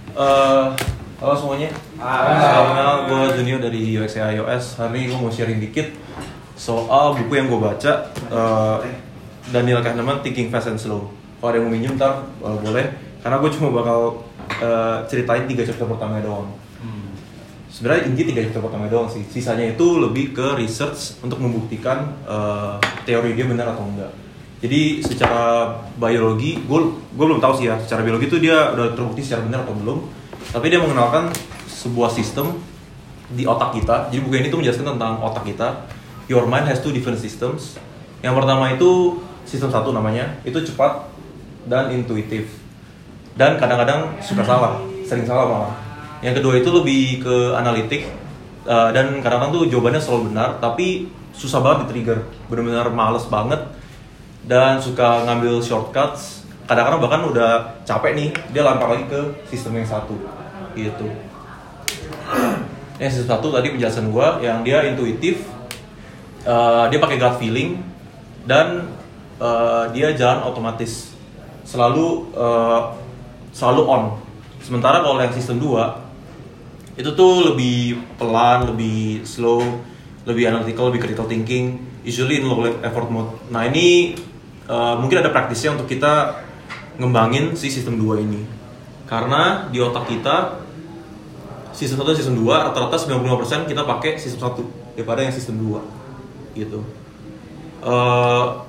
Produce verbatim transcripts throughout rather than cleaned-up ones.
Uh, halo semuanya. Salam kenal, gue Junior dari U X A iOS. Hari ini gue mau sharing dikit soal buku yang gue baca, uh, Daniel Kahneman, Thinking Fast and Slow. Kalau ada yang mau minjem ntar uh, boleh, karena gue cuma bakal uh, ceritain tiga chapter pertama doang. Hmm. Sebenarnya inti tiga chapter pertama doang sih. Sisanya itu lebih ke research untuk membuktikan uh, teori dia benar atau enggak. Jadi secara biologi, gue gue belum tahu sih ya. Secara biologi itu dia udah terbukti secara benar atau belum. Tapi dia mengenalkan sebuah sistem di otak kita. Jadi buku ini tuh menjelaskan tentang otak kita. Your mind has two different systems. Yang pertama itu sistem satu namanya, itu cepat dan intuitif. Dan kadang-kadang suka salah, sering salah malah. Yang kedua itu lebih ke analitik. Uh, dan kadang-kadang tuh jawabannya selalu benar, tapi susah banget di-trigger. Benar-benar males banget. Dan suka ngambil shortcuts. Kadang-kadang bahkan udah capek nih, dia lempar lagi ke sistem yang satu gitu. Yang sistem satu tadi penjelasan gue, yang dia intuitif, uh, dia pakai gut feeling, dan uh, dia jalan otomatis, selalu uh, selalu on. Sementara kalau yang sistem dua itu tuh lebih pelan, lebih slow, lebih analytical, lebih critical thinking, usually in low effort mode. Nah ini uh, mungkin ada praktisnya untuk kita ngembangin si sistem dua ini. Karena di otak kita sistem satu dan sistem dua rata-rata sembilan puluh lima persen kita pakai sistem satu daripada yang sistem dua gitu. Uh,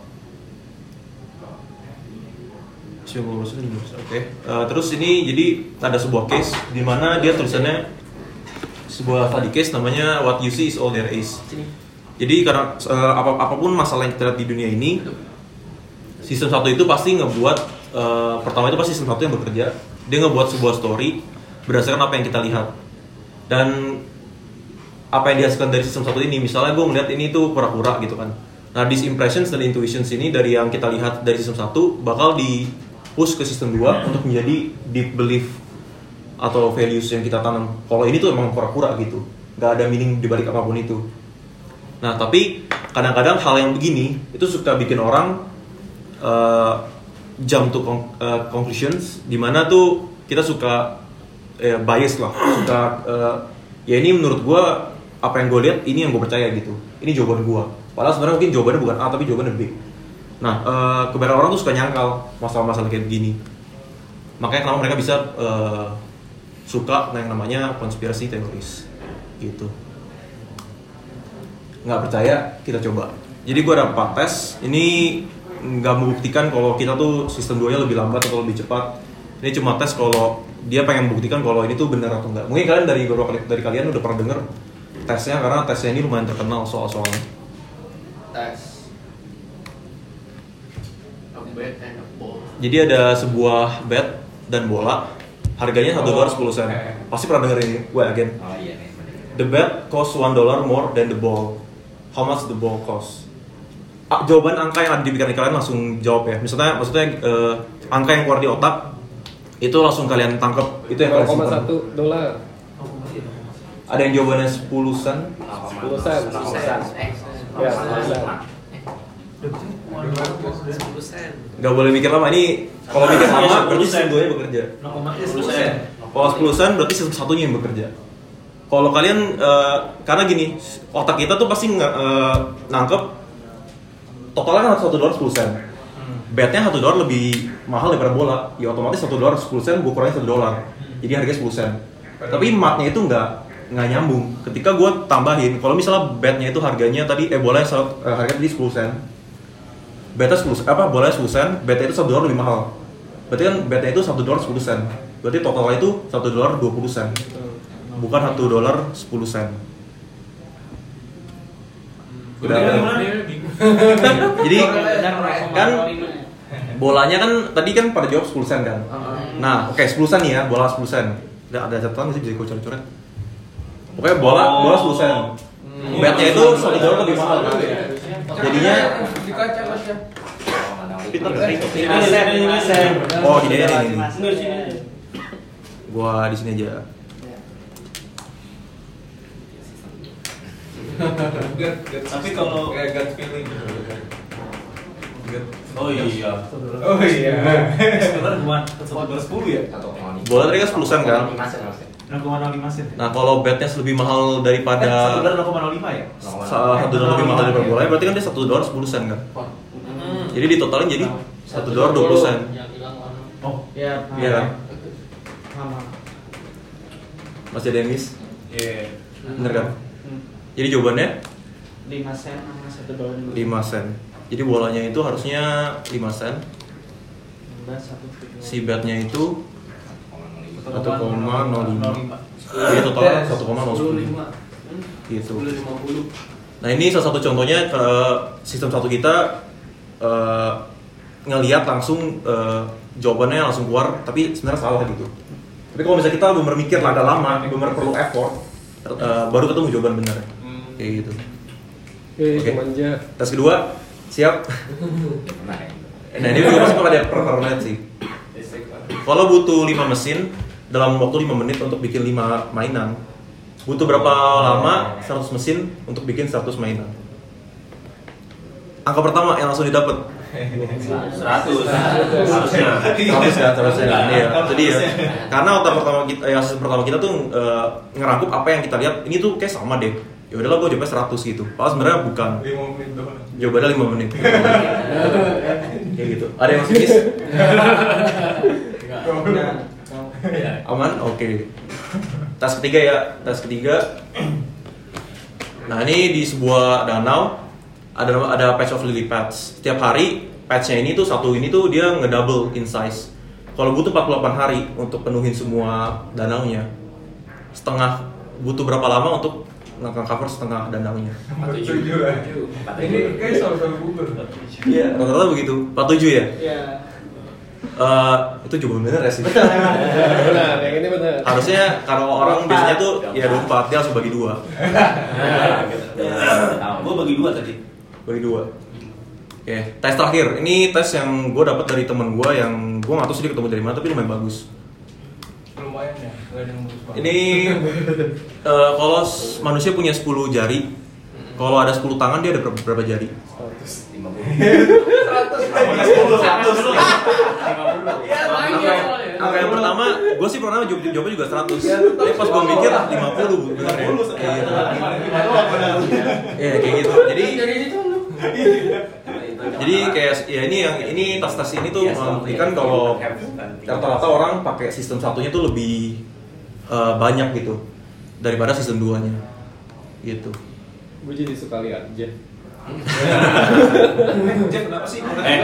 sembilan puluh persen oke. Okay. Uh, terus ini jadi ada sebuah case di mana dia tulisannya sebuah study case namanya What You See Is All There Is. Jadi karena uh, apa apapun masalah yang kita lihat di dunia ini, sistem satu itu pasti ngebuat uh, pertama itu pasti sistem satu yang bekerja. Dia ngebuat sebuah story berdasarkan apa yang kita lihat. Dan apa yang dihasilkan dari sistem satu ini, misalnya gue melihat ini tuh pura-pura gitu kan. Nah, these impressions dan intuitions ini dari yang kita lihat dari sistem satu bakal di push ke sistem dua untuk menjadi deep belief atau values yang kita tanam. Kalau ini tuh emang pura-pura gitu, nggak ada meaning dibalik apapun itu. Nah, tapi kadang-kadang hal yang begini itu suka bikin orang uh, jump to con- uh, conclusions, dimana tuh kita suka eh, bias lah, suka uh, ya ini menurut gue apa yang gue lihat ini yang gue percaya gitu, ini jawaban gue. Padahal sebenarnya mungkin jawabannya bukan A tapi jawabannya B. Nah, uh, kebanyakan orang tuh suka nyangkal masalah-masalah kayak begini. Makanya kenapa mereka bisa uh, suka yang namanya conspiracy theories gitu. Nggak percaya, kita coba. Jadi gue dapat tes, ini nggak membuktikan kalau kita tuh sistem dua nya lebih lambat atau lebih cepat. Ini cuma tes kalau dia pengen membuktikan kalau ini tuh benar atau enggak. Mungkin kalian dari beberapa kali dari kalian udah pernah denger tesnya, karena tesnya ini lumayan terkenal soal-soalnya. Tes. A bet and a ball. Jadi ada sebuah bet dan bola, harganya satu dolar sepuluh sen. Pasti pernah denger ini, gue yakin. Oh iya nih. The bet cost one dollar more than the ball. How much the ball cost? Ah, jawaban angka yang ada di pikiran kalian langsung jawab ya. Misalnya, maksudnya uh, angka yang keluar di otak itu langsung kalian tangkep. Itu yang kalian simpan. nol koma satu dolar. Ada yang jawabannya sepuluh sen. sepuluh sen. Ya, sepuluh sen. sepuluh sen. Gak boleh mikir lama, ini kalau mikir lama berarti sistem dua nya bekerja. sepuluh sen. Kalau sepuluh sen berarti sistem satunya yang bekerja. Kalau kalian, uh, karena gini, otak kita tuh pasti nggak uh, nangkep totalnya kan satu dolar sepuluh sen. Betnya satu dolar lebih mahal daripada bola, ya otomatis satu dolar sepuluh sen gue kurangin satu dolar, jadi harganya sepuluh sen. Tapi matnya itu nggak nggak nyambung. Ketika gue tambahin, kalau misalnya betnya itu harganya tadi eh bolanya uh, harganya tadi sepuluh sen, betnya sepuluh apa bolanya sepuluh sen, betnya itu satu dolar lebih mahal. Berarti kan betnya itu satu dolar sepuluh sen. Berarti totalnya itu satu dolar dua puluh sen, bukan satu dolar sepuluh sen. Udah. Jadi kan bolanya kan tadi kan pada jawab sepuluh sen kan. Nah, oke okay, sepuluh sen nih ya, bola sepuluh sen. Ada ada catatan sih bisa gue coret-coret. Pokoknya bola bola sepuluh sen. Betnya itu satu dolar lebih mahal kan. Jadinya Di kaca kaca. pintar gak? Oh, gini aja nih. Gua di sini aja. Tapi kalau kayak gut feeling. Oh iya. Oh iya. Sekitar gimana? Satu sepuluh ya? Bola tadi kan sepuluh sen kan? nol koma nol lima sen. Nah kalau betnya lebih mahal daripada Satu dolar nol koma nol lima ya? satu dolar lebih mahal daripada bola, berarti kan dia satu dolar sepuluh sen kan? Jadi ditotalin jadi satu dolar dua puluh sen. Oh, Ya, Iya kan? sama. Masih ada yang miss? iya. Bener kan? Jadi jawabannya lima sen sama satu dolar dulu. lima sen. Jadi bolanya itu harusnya lima sen. satu Si betnya itu satu koma nol lima. jadi total satu koma nol sepuluh. lima. Gitu. sepuluh lima puluh. Nah ini salah satu contohnya ke sistem satu kita eh, ngelihat langsung eh, jawabannya langsung keluar, tapi sebenarnya salah gitu. Tapi kalau misalnya kita bener mikir agak lama, bener perlu effort, eh, baru ketemu jawaban bener. Kayak gitu. Eh, Oke. manja. Tes kedua, siap? Nah ini juga masih pada per per menit sih. Kalau butuh lima mesin dalam waktu lima menit untuk bikin lima mainan, butuh berapa lama seratus mesin untuk bikin seratus mainan? Angka pertama yang langsung didapat Seratus. Harusnya. seratus kan, seratus kan, iya. Jadi ya, karena otak pertama kita, ya sistem pertama kita tuh eh, ngerangkup apa yang kita lihat. Ini tuh kayak sama deh. Ya udahlah, gue jawabnya seratus gitu. Padahal sebenarnya bukan. lima menit doang. Jawabannya lima menit. Kayak gitu. Ada yang masih miss? Aman? Oke. Tes ketiga ya, tes ketiga. Nah ini di sebuah danau ada ada patch of lily pads. Setiap hari patchnya ini tuh satu ini tuh dia ngedouble in size. Kalau butuh empat puluh delapan hari untuk penuhin semua danaunya, setengah butuh berapa lama untuk nge-cover setengah danaunya? Tujuh lah. Ini kayak soal-soal Google. Iya, rata-rata begitu. empat puluh tujuh ya? Iya. Eh, itu jawaban bener ya sih. Benar, yang ini benar. Harusnya kalau orang biasanya tuh ya dua puluh empat, dia langsung bagi dua. Gue bagi dua tadi. Bagi dua. Oke, tes terakhir. Ini tes yang gue dapat dari temen gue yang gue nggak tahu sih dia ketemu dari mana, tapi lumayan bagus. Lumayan ya, nggak ada yang bagus banget. Ini eh, kalau s- manusia punya sepuluh jari, kalau ada sepuluh tangan dia ada berapa, berapa jari? Angka yang pertama, gue sih pernah jawab jawabnya juga seratus. Tapi pas gue mikir lima puluh bener ya. Kayak gitu. Iya kayak gitu. Jadi jadi kayak ya ini yang ini tas-tas ini tuh membuktikan kalau rata-rata orang pakai sistem satunya tuh lebih eh, banyak gitu daripada sistem duanya. Gitu. Gue jadi suka lihat Jeff. Jeff kenapa sih? Eh.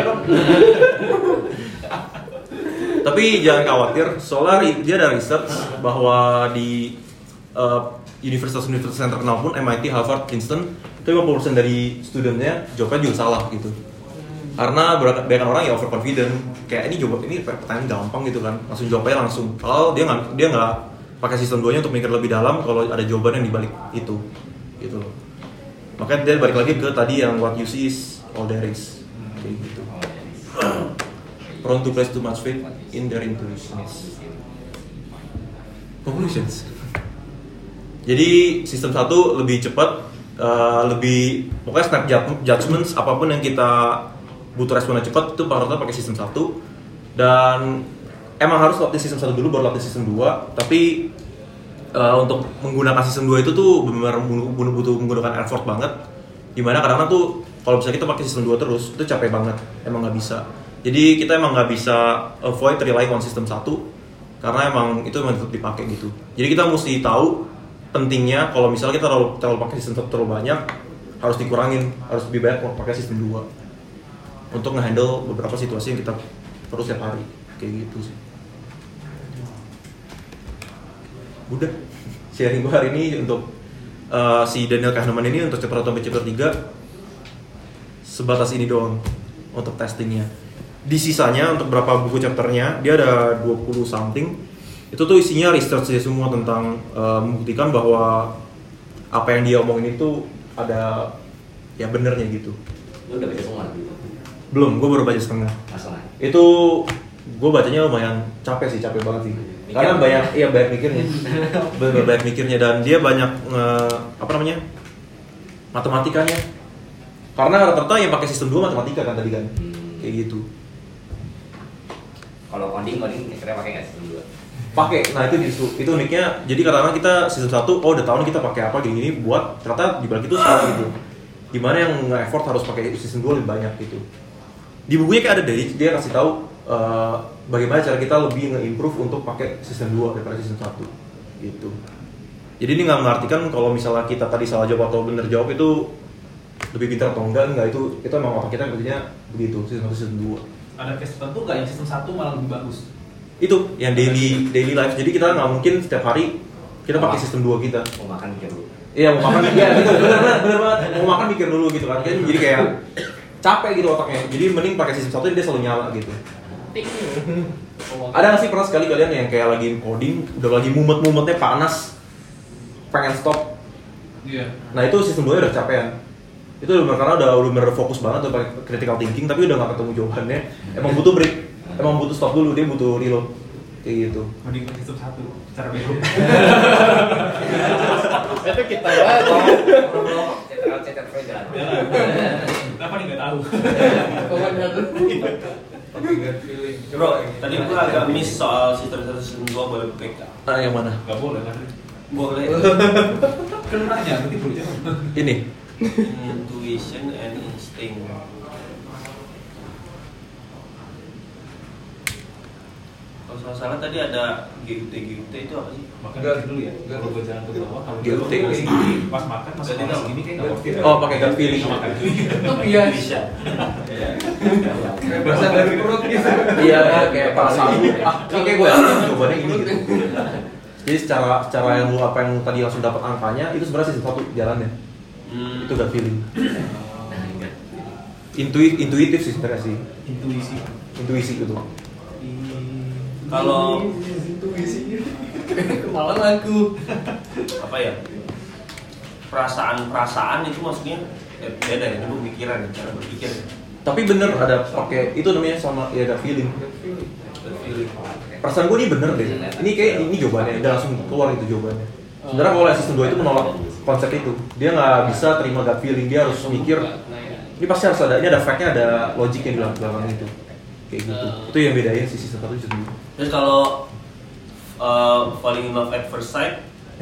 Tapi jangan khawatir, soalnya dia ada research bahwa di uh, universitas-universitas yang terkenal pun M I T, Harvard, Princeton itu lima puluh persen dari studentnya jawabnya juga salah gitu. Karena banyak orang yang overconfident, kayak ini jawab ini pertanyaan gampang gitu kan, langsung jawabnya langsung. Kalau dia nggak dia nggak pakai sistem duanya untuk mikir lebih dalam kalau ada jawaban yang dibalik itu, gitu loh. Makanya dia balik lagi ke tadi yang what you see is all there is, kayak gitu. Prone to place too much faith in their intuitions. Conclusions. Jadi sistem satu lebih cepat, uh, lebih pokoknya snap judgments apapun yang kita butuh responnya cepat itu rata-rata pakai sistem satu. Dan emang harus latih sistem satu dulu baru latih sistem dua. Tapi uh, untuk menggunakan sistem dua itu tuh benar-benar butuh, butuh menggunakan effort banget. Dimana kadang-kadang tuh kalau misalnya kita pakai sistem dua terus itu capek banget, emang nggak bisa. Jadi kita emang nggak bisa avoid rely on sistem satu karena emang itu memang tetap dipakai gitu. Jadi kita mesti tahu pentingnya kalau misalnya kita terlalu, terlalu pakai sistem satu terlalu banyak, harus dikurangin, harus lebih banyak pakai sistem dua untuk nge-handle beberapa situasi yang kita perlu setiap hari kayak gitu sih. Udah sharing gue hari ini untuk uh, si Daniel Kahneman ini untuk chapter satu sampai chapter tiga sebatas ini doang untuk testingnya. Di sisanya untuk berapa buku chapternya dia ada dua puluh something. Itu tuh isinya research dia semua tentang uh, membuktikan bahwa apa yang dia omongin itu ada ya benernya gitu. Lu udah baca semua gitu? Belum, gue baru baca setengah. Masalah. Itu gue bacanya lumayan capek sih, capek banget sih. Mikir. Karena banyak, iya banyak mikirnya, bener banyak mikirnya dan dia banyak nge, apa namanya matematikanya. Karena rata-rata yang pakai sistem dua matematika kan tadi kan. Hmm. kayak gitu. Kalau coding coding kira-kira pakai nggak season dua? Pakai. Nah itu justru itu uniknya. Jadi katakanlah kita season satu, oh udah tahu nih kita pakai apa gini-gini buat ternyata di balik itu salah gitu. Gimana yang nge-effort harus pakai season dua lebih banyak gitu. Di bukunya kayak ada dari dia kasih tahu uh, bagaimana cara kita lebih nge-improve untuk pakai season dua daripada season satu gitu. Jadi ini nggak mengartikan kalau misalnya kita tadi salah jawab atau bener jawab itu lebih pintar atau enggak, enggak itu itu memang otak kita berarti begitu season satu season dua. Ada case tertentu nggak yang season satu malah lebih bagus? Itu yang daily daily life. Jadi kita nggak mungkin setiap hari kita pakai sistem dua kita. Mau makan mikir dulu. Iya mau makan iya gitu benar benar benar banget mau makan mikir dulu gitu kan. Jadi kayak capek gitu otaknya. Jadi mending pakai sistem satu dia selalu nyala gitu. Ada nggak sih pernah sekali kalian yang kayak lagi coding udah lagi mumet-mumetnya panas pengen stop? Iya. Nah itu sistem dua udah kecapean. Itu udah karena udah udah bener fokus banget tuh pakai critical thinking tapi udah nggak ketemu jawabannya. Emang butuh break. Emang butuh stop dulu, dia butuh reload kayak gitu. Mending ke sistem satu cara bego. Itu kita banget. Cetak cetak jalan. Kenapa nih nggak tahu? Bro, tadi gua agak miss soal sistem satu sistem dua boleh pakai nggak? Ah yang mana? Nggak boleh kan? Boleh. Kan nanya, berarti boleh jawab. Ini. Intuition and instinct. Kalau salah salah tadi ada G U T G U T itu apa sih? Makan dulu dulu ya. Kalau gua jalan ke bawah, kalau G U T gua sih. segini, pas makan masuk Jadi makan nggak- segini kayak nggak worth it. Oh pakai gut feeling. Makan. Iya. Bisa. Berasal dari perut gitu. Iya kayak perasaan lu. Ah ini kayak gue yakin jawabannya ini gitu. Jadi secara secara yang lu apa yang lu tadi langsung dapat angkanya itu sebenarnya season satu jalannya. Hmm. Itu gut feeling. Intuit intuitif sih sebenarnya sih. Intuisi. Intuisi gitu. Kalau Kemalan aku. apa ya? Perasaan-perasaan itu maksudnya eh, beda ya, itu pemikiran, cara berpikir. Tapi bener ada pakai itu namanya sama ya gut feeling. Feeling. Perasaan gue ini bener deh. Ini kayak ini jawabannya, udah langsung keluar itu jawabannya. Sebenarnya kalau yang season dua itu menolak konsep itu. Dia nggak bisa terima gut feeling, dia harus mikir. Ini pasti harus ada, ini ada fact-nya, ada logiknya di belakang itu. Kayak gitu. Itu yang bedain si season satu season dua. Terus kalau uh, falling in love at first sight,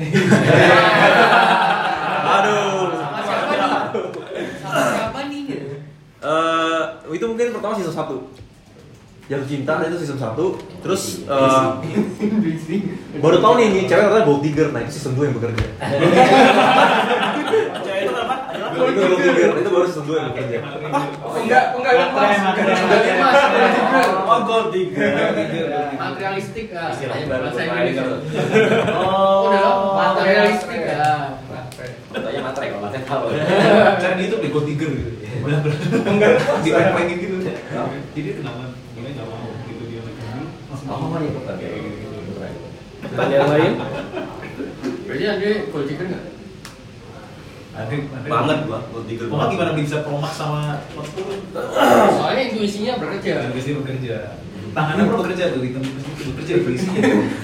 Aduh. Sama siapa nih? Sama siapa nih? Eh, itu mungkin pertama season satu. Jatuh cinta itu season satu. Terus eh, baru tahu nih, nih cewek ternyata gold digger. Nah, itu season dua yang bekerja. cewek itu apa? Adalah Itu gold digger, itu baru season dua yang bekerja. Enggak, enggak yang mas. Oh, gold digger. Materialistik ya. Istilahnya baru Bahasa kemarin Inggris. kalau Oh, Udah materialistik ya. contohnya materai kalau materai tahu. Cara di YouTube bego tiger gitu. Enggak, dipeng-pengin gitu. Jadi kenapa dia nggak mau gitu dia lagi. Oh, ini bukan kayak gitu. Pertanyaan lain? Berarti Andre gold digger nggak? Ada, ada. banget gua gold digger. Pokoknya gimana bisa promak sama waktu Soalnya intuisinya bekerja. Intuisi bekerja. Tangannya bro bekerja tuh, itu bekerja intuisinya.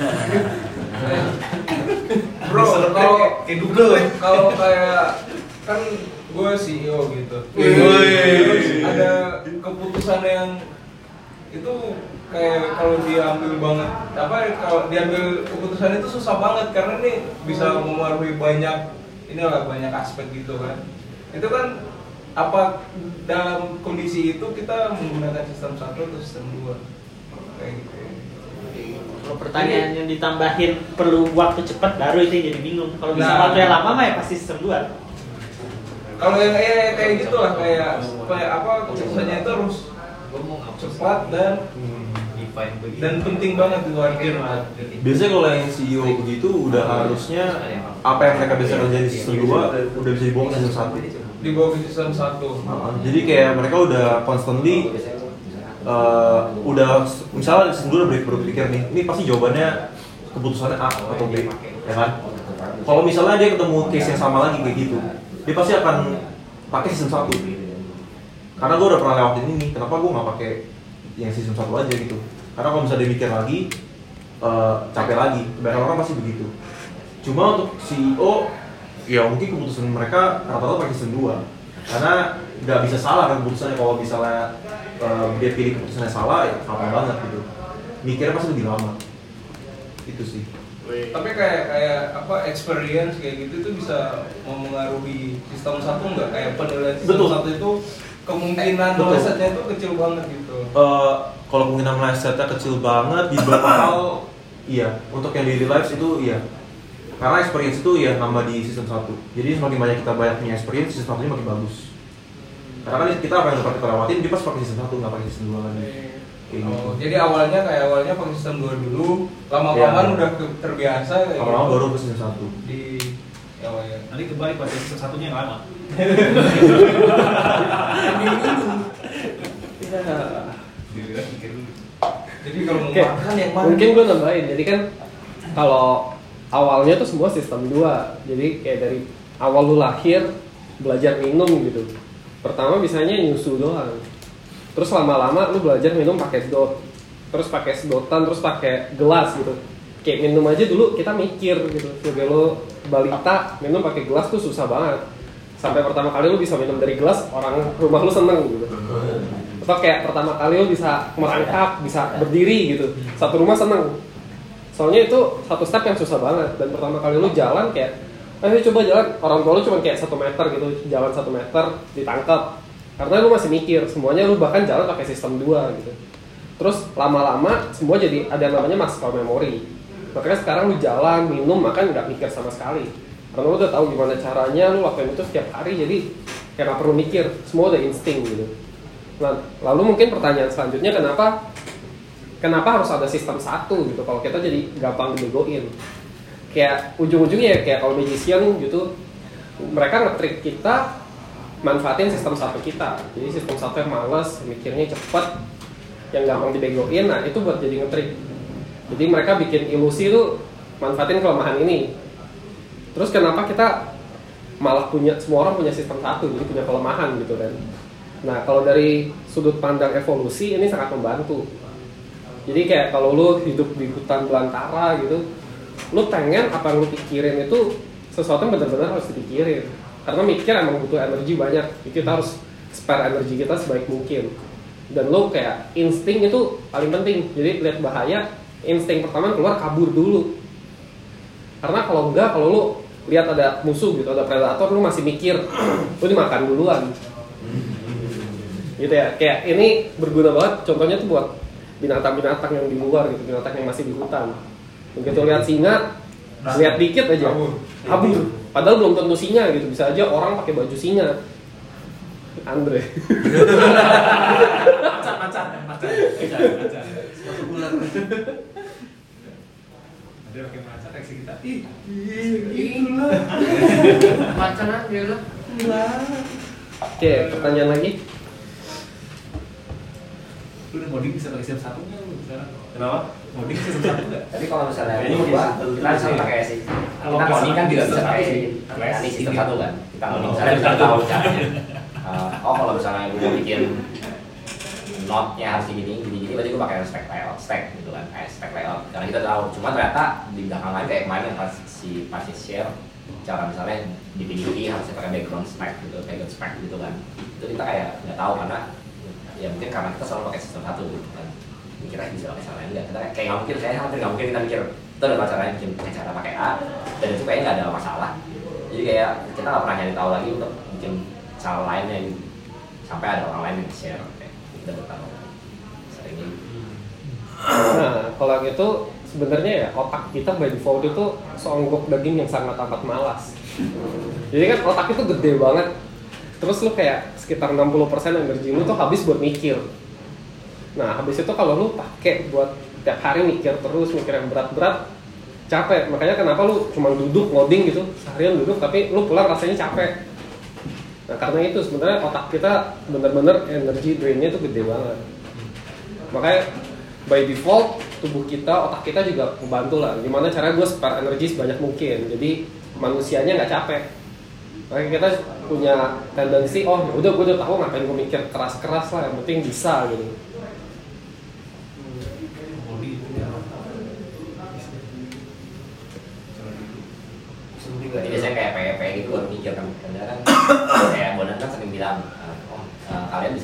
Bro, kalau kayak Google ya. kalau kayak kan gue C E O gitu. Wih. Terus ada keputusan yang itu kayak kalau diambil banget apa kalau diambil keputusan itu susah banget karena ini bisa memengaruhi banyak inilah banyak aspek gitu kan. Itu kan apa dalam kondisi itu kita menggunakan sistem satu atau sistem dua kayak gitu. Kalau pertanyaan yang ditambahin perlu waktu cepat baru itu yang jadi bingung. Kalau bisa Nah. waktu yang lama mah ya pasti sistem dua. Kalau yang kayak kayak gitulah kayak kayak apa keputusannya itu harus cepat dan dan penting banget di luar game. Biasanya kalau yang C E O begitu udah harusnya apa yang mereka bisa kerjain di season dua udah bisa dibawa ke season satu. Di bawah season satu. Uh, jadi kayak mereka udah constantly uh, udah misalnya season dua udah ber- berpikir nih, ini pasti jawabannya keputusannya A atau B, ya kan? Kalau misalnya dia ketemu case yang sama lagi kayak gitu, dia pasti akan pakai season satu. Karena gue udah pernah lewatin ini, kenapa gue nggak pakai yang season satu aja gitu? Karena kalau misalnya dia mikir lagi, uh, capek lagi. Kebanyakan orang pasti begitu. Cuma untuk C E O, ya mungkin keputusan mereka rata-rata pakai season dua. Karena nggak bisa salah kan keputusannya. Kalau misalnya uh, dia pilih keputusannya salah ya apa banget gitu, mikirnya pasti lebih lama itu sih. Tapi kayak kayak apa experience kayak gitu tuh bisa mempengaruhi sistem satu nggak, kayak penilaian sistem Betul. satu itu kemungkinan Betul. melesetnya itu kecil banget gitu. Uh, kalau kemungkinan melesetnya kecil banget di beberapa hal, iya. Untuk yang daily lives itu iya. Karena experience itu ya nambah di season satu. Jadi semakin banyak kita banyak punya experience, season satunya makin bagus. Karena kan kita apa yang dapat kita lewatin, dia pas pakai season satu, nggak pakai season dua lagi. Kayak gitu. Oh, jadi awalnya kayak awalnya pakai sistem dua dulu, lama-lama Iya. udah ke- terbiasa kayak Lama-lama gitu. baru ke season satu. Di ya, oh ya. Nanti kembali pada season satunya yang lama. Dilihat pikir dulu. Jadi kalau mau Oke, makan yang mana? mungkin gue nambahin. Jadi kan kalau awalnya tuh semua sistem dua. Jadi kayak dari awal lu lahir belajar minum gitu. Pertama bisanya nyusu doang. Terus lama-lama lu belajar minum pakai dot. Terus pakai sedotan, terus pakai gelas gitu. Kayak minum aja dulu kita mikir gitu. Sebagai lu balita minum pakai gelas tuh susah banget. Sampai pertama kali lu bisa minum dari gelas, orang rumah lu seneng gitu. Atau kayak pertama kali lu bisa merangkak, bisa berdiri gitu. Satu rumah seneng. Soalnya itu satu step yang susah banget. Dan pertama kali lu jalan kayak, ayo coba jalan, orang tua lu cuma kayak satu meter gitu, jalan satu meter ditangkap. Karena lu masih mikir, semuanya lu bahkan jalan pakai sistem dua gitu. Terus lama-lama semua jadi ada yang namanya muscle memory. Makanya sekarang lu jalan, minum, makan nggak mikir sama sekali. Karena lu udah tahu gimana caranya, lu lakuin itu setiap hari, jadi kayak nggak perlu mikir, semua udah insting gitu. Nah, lalu mungkin pertanyaan selanjutnya kenapa kenapa harus ada sistem satu gitu? Kalau kita jadi gampang dibegoin. Kayak ujung-ujungnya ya kayak kalau magician gitu, mereka nge-trick kita manfaatin sistem satu kita. Jadi sistem satu yang malas, mikirnya cepet, yang gampang dibegoin, nah itu buat jadi nge-trick. Jadi mereka bikin ilusi tuh manfaatin kelemahan ini. Terus kenapa kita malah punya, semua orang punya sistem satu, jadi punya kelemahan gitu kan. Nah kalau dari sudut pandang evolusi ini sangat membantu. Jadi kayak kalau lu hidup di hutan belantara gitu, lu pengen apa yang lu pikirin itu sesuatu yang benar-benar harus dipikirin. Karena mikir emang butuh energi banyak, jadi kita harus spare energi kita sebaik mungkin. Dan lu kayak insting itu paling penting. Jadi lihat bahaya, insting pertama keluar kabur dulu. Karena kalau enggak, kalau lu lihat ada musuh gitu, ada predator, lu masih mikir, lu dimakan duluan. Gitu ya, kayak ini berguna banget. Contohnya tuh buat binatang-binatang yang di luar gitu, binatang yang masih di hutan. Begitu lihat singa, lihat dikit aja, kabur. Padahal belum tentu singa gitu, bisa aja orang pakai baju singa. Andre. Macan, macan, macan, macan, macan. Sepatu bulan. Ada pakai macan reaksi kita. Ih, itulah. Macan aja lah. Oke, pertanyaan lagi. Lu udah modding bisa pakai sistem satunya lu sekarang. Kenapa? Modding sistem satu enggak? Tapi kalau misalnya Kayaknya gua, mungkin kita bisa pakai sih. Kalau Kita coding kan juga sistem bisa satu pakai sih. ini sistem Ini. satu kan. Kita Oh, misalnya kita satu. tahu caranya. Uh, oh kalau misalnya gue mau bikin notnya harus gini gini gini, berarti gue pakai stack layout, stack gitu kan, eh, stack layout. Karena kita tahu. Cuma ternyata di belakang lain kayak kemarin yang pas si pasti share cara misalnya di P D B harusnya pakai background stack gitu, background stack gitu kan. Itu kita kayak nggak tahu karena ya mungkin karena kita selalu pakai sistem satu gitu kan. Mikirnya bisa pakai cara lain enggak, kita kayak nggak mungkin, saya hampir nggak mungkin kita mikir kita udah caranya bikin pakai cara pakai A dan itu kayaknya nggak ada masalah. Jadi kayak kita nggak pernah nyari tahu lagi untuk bikin cara lainnya gitu. Sampai ada orang lain yang share kayak kita udah tahu seringnya. Nah, kalau gitu sebenarnya ya otak kita by default itu seonggok daging yang sangat amat malas. Jadi kan otak itu gede banget. Terus lu kayak sekitar enam puluh persen energi lu tuh habis buat mikir. Nah, habis itu kalau lu pakai buat tiap hari mikir terus, mikir yang berat-berat, capek. Makanya kenapa lu cuma duduk ngoding gitu, seharian duduk tapi lu pulang rasanya capek. Nah, karena itu sebenarnya otak kita bener-bener energi drainnya itu gede banget. Makanya by default tubuh kita, otak kita juga membantu lah. Gimana cara gue spare energi sebanyak mungkin. Jadi manusianya nggak capek. Makanya kita punya tendensi, oh ya udah gue udah tahu ngapain gue mikir keras-keras lah. Yang penting bisa gitu. Modding itu ya. Jadi biasanya kayak P E P gitu baru mikir kan. Karena kan kayak Bonan kan sering bilang, oh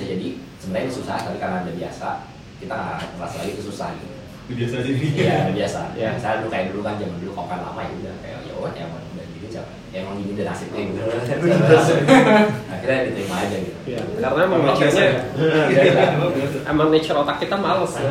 jadi sebenarnya susah, tapi karena udah biasa kita nggak merasa lagi itu susah gitu. Biasa aja nih. Iya, udah biasa. Iya. Ya, misalnya dulu kayak dulu kan zaman dulu kokan lama ya udah kayak ya udah emang udah gini siapa. Ya emang gini udah nasibnya gitu. Akhirnya diterima aja gitu. Iya, karena emang nature-nya emang nature otak kita males ya.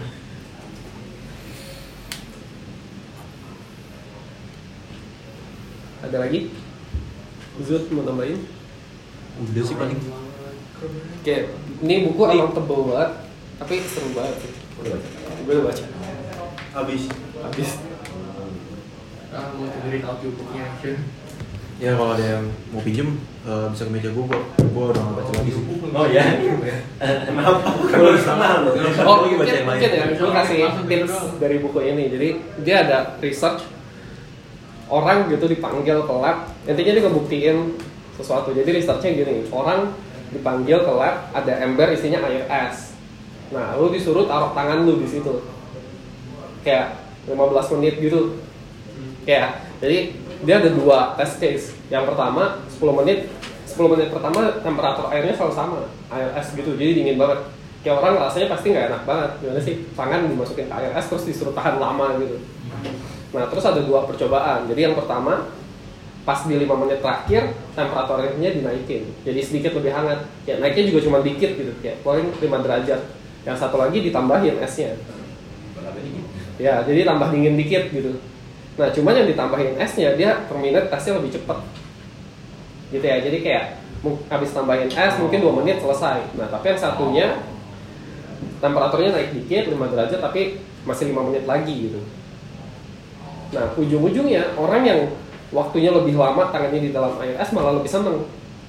Ada lagi? Zut mau nambahin? Udah sih paling. Kayak ini buku emang tebel banget, tapi seru banget. Gue udah baca. Habis. Habis. Ah, mau dengerin audiobooknya aja. Ya kalau ada yang mau pinjem uh, bisa ke meja gue, gua, gua udah nggak baca lagi sih. Oh ya. Maaf, kalau di sana loh. Oh, lagi baca mungkin, yang lain. mungkin ya, gue kasih tips dari buku ini. Jadi dia ada research orang gitu dipanggil ke lab, intinya dia ngebuktiin sesuatu. Jadi researchnya gini, orang dipanggil ke lab, ada ember isinya air es. Nah, lu disuruh taruh tangan lu di situ, kayak lima belas menit gitu. Kayak, jadi dia ada dua test case. Yang pertama sepuluh menit, sepuluh menit pertama temperatur airnya selalu sama, air es gitu, jadi dingin banget. Kayak orang rasanya pasti nggak enak banget. Gimana sih? Tangan dimasukin ke air es terus disuruh tahan lama gitu. Nah, terus ada dua percobaan. Jadi yang pertama, pas di lima menit terakhir, temperaturnya dinaikin. Jadi sedikit lebih hangat. Ya, naiknya juga cuma dikit gitu, kayak paling lima derajat. Yang satu lagi ditambahin esnya. Ya, jadi tambah dingin dikit gitu. Nah, cuman yang ditambahin esnya, dia per menit esnya lebih cepat. Gitu ya, jadi kayak habis tambahin es mungkin dua menit selesai. Nah, tapi yang satunya temperaturnya naik dikit, lima derajat, tapi masih lima menit lagi gitu. Nah, ujung-ujungnya orang yang waktunya lebih lama tangannya di dalam air es malah lebih seneng.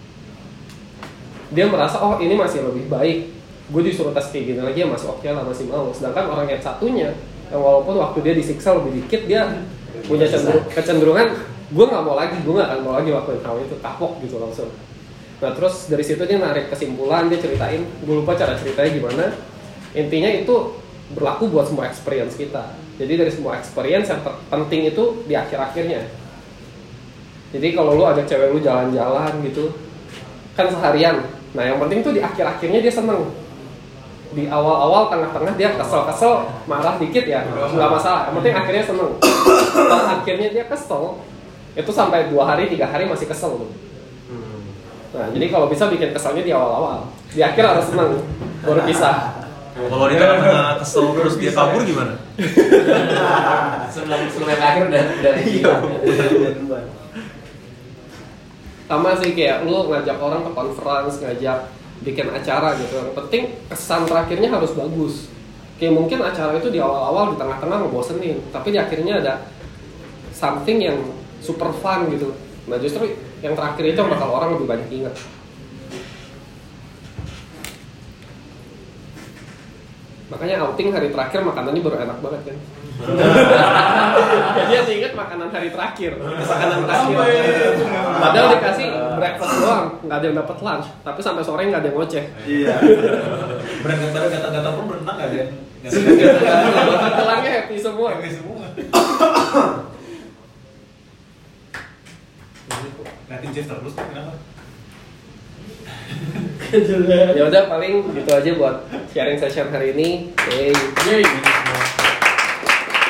Dia merasa, oh ini masih lebih baik, gue disuruh tes kayak gini lagi ya masih oke lah, masih mau. Sedangkan orang yang satunya, yang walaupun waktu dia disiksa lebih dikit, dia punya cenderung, kecenderungan gue nggak mau lagi, gue nggak akan mau lagi waktu hal itu, kapok gitu langsung. Nah, terus dari situ dia narik kesimpulan, dia ceritain, gue lupa cara ceritanya gimana. Intinya itu berlaku buat semua experience kita. Jadi dari semua experience yang terpenting itu di akhir-akhirnya. Jadi kalau lu ajak cewek lu jalan-jalan gitu, kan seharian. Nah, yang penting tuh di akhir-akhirnya dia seneng. Di awal-awal, tengah-tengah dia kesel-kesel, marah dikit ya, nggak masalah. Yang penting akhirnya seneng. Kalau akhirnya dia kesel, itu sampai dua hari, tiga hari masih kesel tuh. Nah, jadi kalau bisa bikin keselnya di awal-awal. Di akhir harus seneng, baru bisa. Kalau di tengah-tengah kesel terus dia kabur gimana? Sebelum sebelum yang akhir udah udah Iya. Sama sih kayak lu ngajak orang ke conference, ngajak bikin acara gitu. Yang penting kesan terakhirnya harus bagus. Kayak mungkin acara itu di awal-awal, di tengah-tengah ngebosenin, tapi di akhirnya ada something yang super fun gitu. Nah, justru yang terakhir itu yang bakal orang lebih banyak ingat. Makanya outing hari terakhir makanannya baru enak banget kan. Jadi yang diingat makanan hari terakhir, makanan terakhir. Padahal dikasih breakfast doang, nggak ada yang dapat lunch, tapi sampai sore nggak ada yang ngoceh. Iya. Berangkat bareng gatal-gatal pun berenang nggak ada. Telangnya happy semua. Happy semua. Nanti Jeff terus kenapa? Ya udah paling gitu aja buat sharing session hari ini. Hey. Yeay.